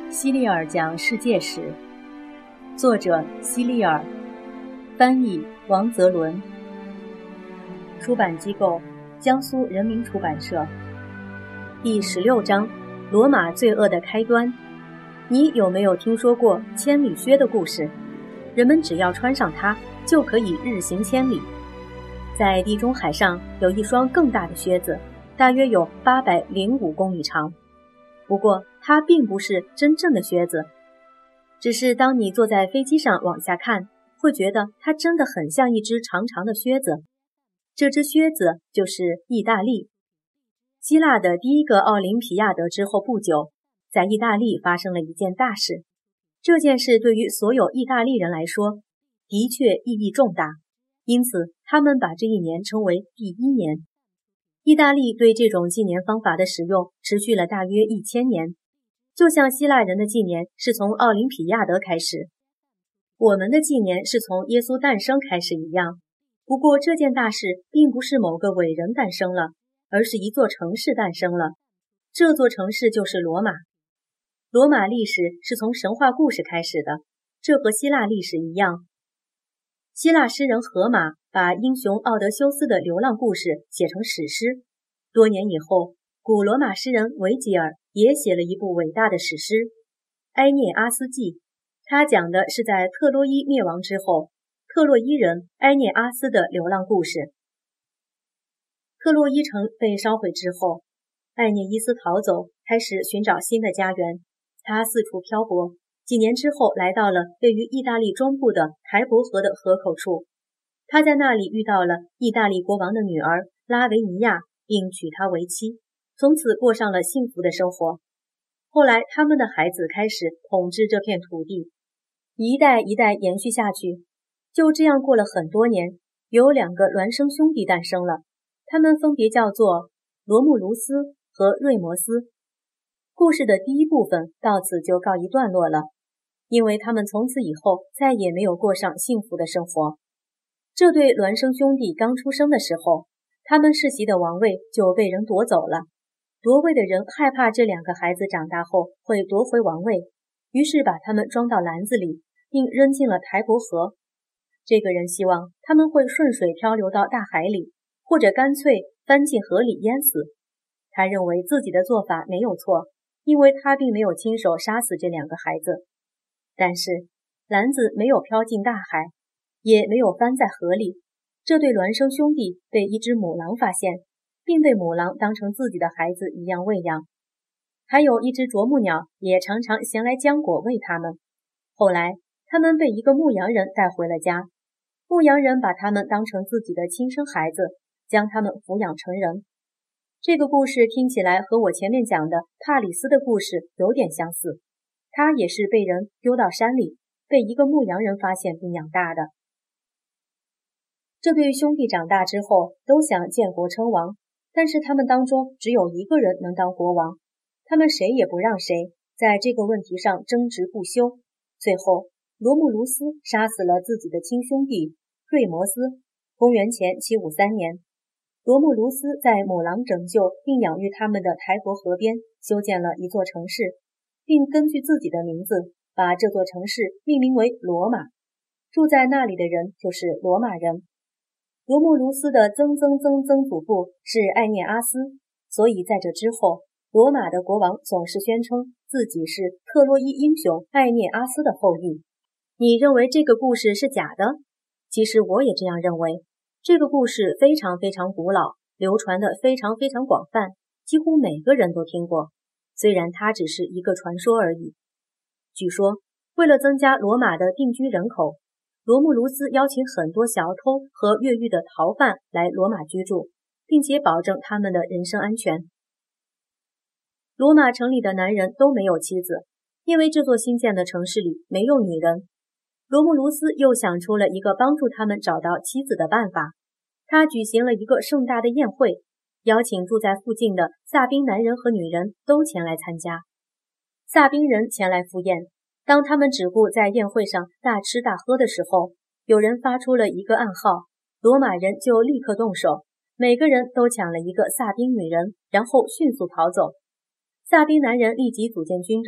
希利尔讲世界史，作者希利尔，翻译王泽伦，出版机构江苏人民出版社。第16章：罗马罪恶的开端。你有没有听说过千里靴的故事？人们只要穿上它，就可以日行千里。在地中海上有一双更大的靴子，大约有805公里长。不过它并不是真正的靴子，只是当你坐在飞机上往下看，会觉得它真的很像一只长长的靴子。这只靴子就是意大利。希腊的第一个奥林匹亚德之后不久，在意大利发生了一件大事。这件事对于所有意大利人来说，的确意义重大，因此他们把这一年称为第一年。意大利对这种纪年方法的使用持续了大约1000年，就像希腊人的纪年是从奥林匹亚德开始，我们的纪年是从耶稣诞生开始一样。不过这件大事并不是某个伟人诞生了，而是一座城市诞生了。这座城市就是罗马。罗马历史是从神话故事开始的，这和希腊历史一样。希腊诗人荷马把英雄奥德修斯的流浪故事写成史诗。多年以后，古罗马诗人维吉尔也写了一部伟大的史诗《埃涅阿斯纪》，他讲的是在特洛伊灭亡之后，特洛伊人埃涅阿斯的流浪故事。特洛伊城被烧毁之后，埃涅伊斯逃走，开始寻找新的家园。他四处漂泊，几年之后来到了位于意大利中部的台伯河的河口处。他在那里遇到了意大利国王的女儿拉维尼亚，并娶她为妻，从此过上了幸福的生活。后来他们的孩子开始统治这片土地，一代一代延续下去。就这样过了很多年，有2个孪生兄弟诞生了，他们分别叫做罗慕卢斯和瑞摩斯。故事的第一部分到此就告一段落了，因为他们从此以后再也没有过上幸福的生活。这对孪生兄弟刚出生的时候，他们世袭的王位就被人夺走了。夺位的人害怕这2个孩子长大后会夺回王位，于是把他们装到篮子里，并扔进了台伯河。这个人希望他们会顺水漂流到大海里，或者干脆翻进河里淹死。他认为自己的做法没有错，因为他并没有亲手杀死这2个孩子。但是篮子没有飘进大海，也没有翻在河里。这对孪生兄弟被一只母狼发现，并被母狼当成自己的孩子一样喂养。还有一只啄木鸟也常常衔来浆果喂他们。后来他们被一个牧羊人带回了家，牧羊人把他们当成自己的亲生孩子，将他们抚养成人。这个故事听起来和我前面讲的帕里斯的故事有点相似，他也是被人丢到山里，被一个牧羊人发现并养大的。这对兄弟长大之后都想建国称王，但是他们当中只有一个人能当国王，他们谁也不让谁，在这个问题上争执不休。最后罗慕卢斯杀死了自己的亲兄弟瑞摩斯。公元前753年，罗慕卢斯在母狼拯救并养育他们的台伯河边修建了一座城市，并根据自己的名字把这座城市命名为罗马。住在那里的人就是罗马人。罗慕卢斯的曾曾曾曾祖父是埃涅阿斯，所以在这之后，罗马的国王总是宣称自己是特洛伊英雄埃涅阿斯的后裔。你认为这个故事是假的？其实我也这样认为。这个故事非常非常古老，流传的非常非常广泛，几乎每个人都听过，虽然它只是一个传说而已。据说，为了增加罗马的定居人口，罗慕卢斯邀请很多小偷和越狱的逃犯来罗马居住，并且保证他们的人身安全。罗马城里的男人都没有妻子，因为这座新建的城市里没有女人。罗慕卢斯又想出了一个帮助他们找到妻子的办法，他举行了一个盛大的宴会，邀请住在附近的萨宾男人和女人都前来参加。萨宾人前来赴宴，当他们只顾在宴会上大吃大喝的时候，有人发出了一个暗号，罗马人就立刻动手，每个人都抢了一个萨宾女人，然后迅速逃走。萨宾男人立即组建军队，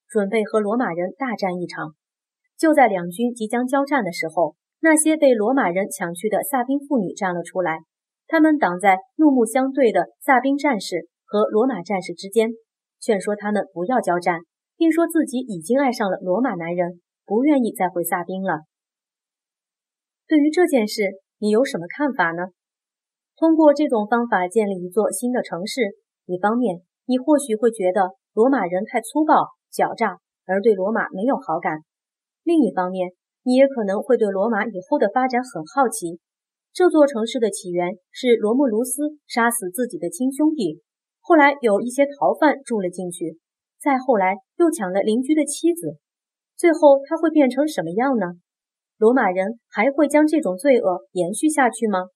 准备和罗马人大战一场。就在两军即将交战的时候，那些被罗马人抢去的萨宾妇女站了出来，他们挡在怒目相对的萨宾战士和罗马战士之间，劝说他们不要交战，并说自己已经爱上了罗马男人，不愿意再回萨宾了。对于这件事，你有什么看法呢？通过这种方法建立一座新的城市，一方面，你或许会觉得罗马人太粗暴、狡诈，而对罗马没有好感；另一方面，你也可能会对罗马以后的发展很好奇。这座城市的起源是罗慕卢斯杀死自己的亲兄弟，后来有一些逃犯住了进去，再后来又抢了邻居的妻子，最后他会变成什么样呢？罗马人还会将这种罪恶延续下去吗？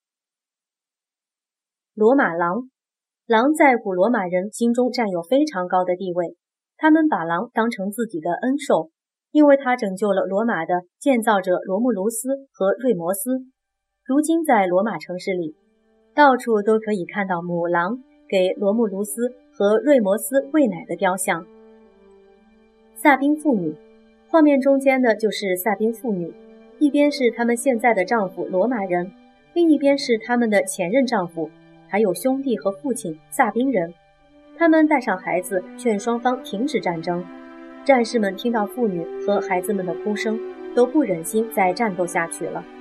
罗马狼，狼在古罗马人心中占有非常高的地位，他们把狼当成自己的恩兽，因为他拯救了罗马的建造者罗慕卢斯和瑞摩斯。如今在罗马城市里，到处都可以看到母狼给罗慕卢斯和瑞摩斯喂奶的雕像。萨宾妇女，画面中间的就是萨宾妇女，一边是他们现在的丈夫罗马人，另一边是他们的前任丈夫，还有兄弟和父亲萨宾人。他们带上孩子，劝双方停止战争。战士们听到妇女和孩子们的哭声，都不忍心再战斗下去了。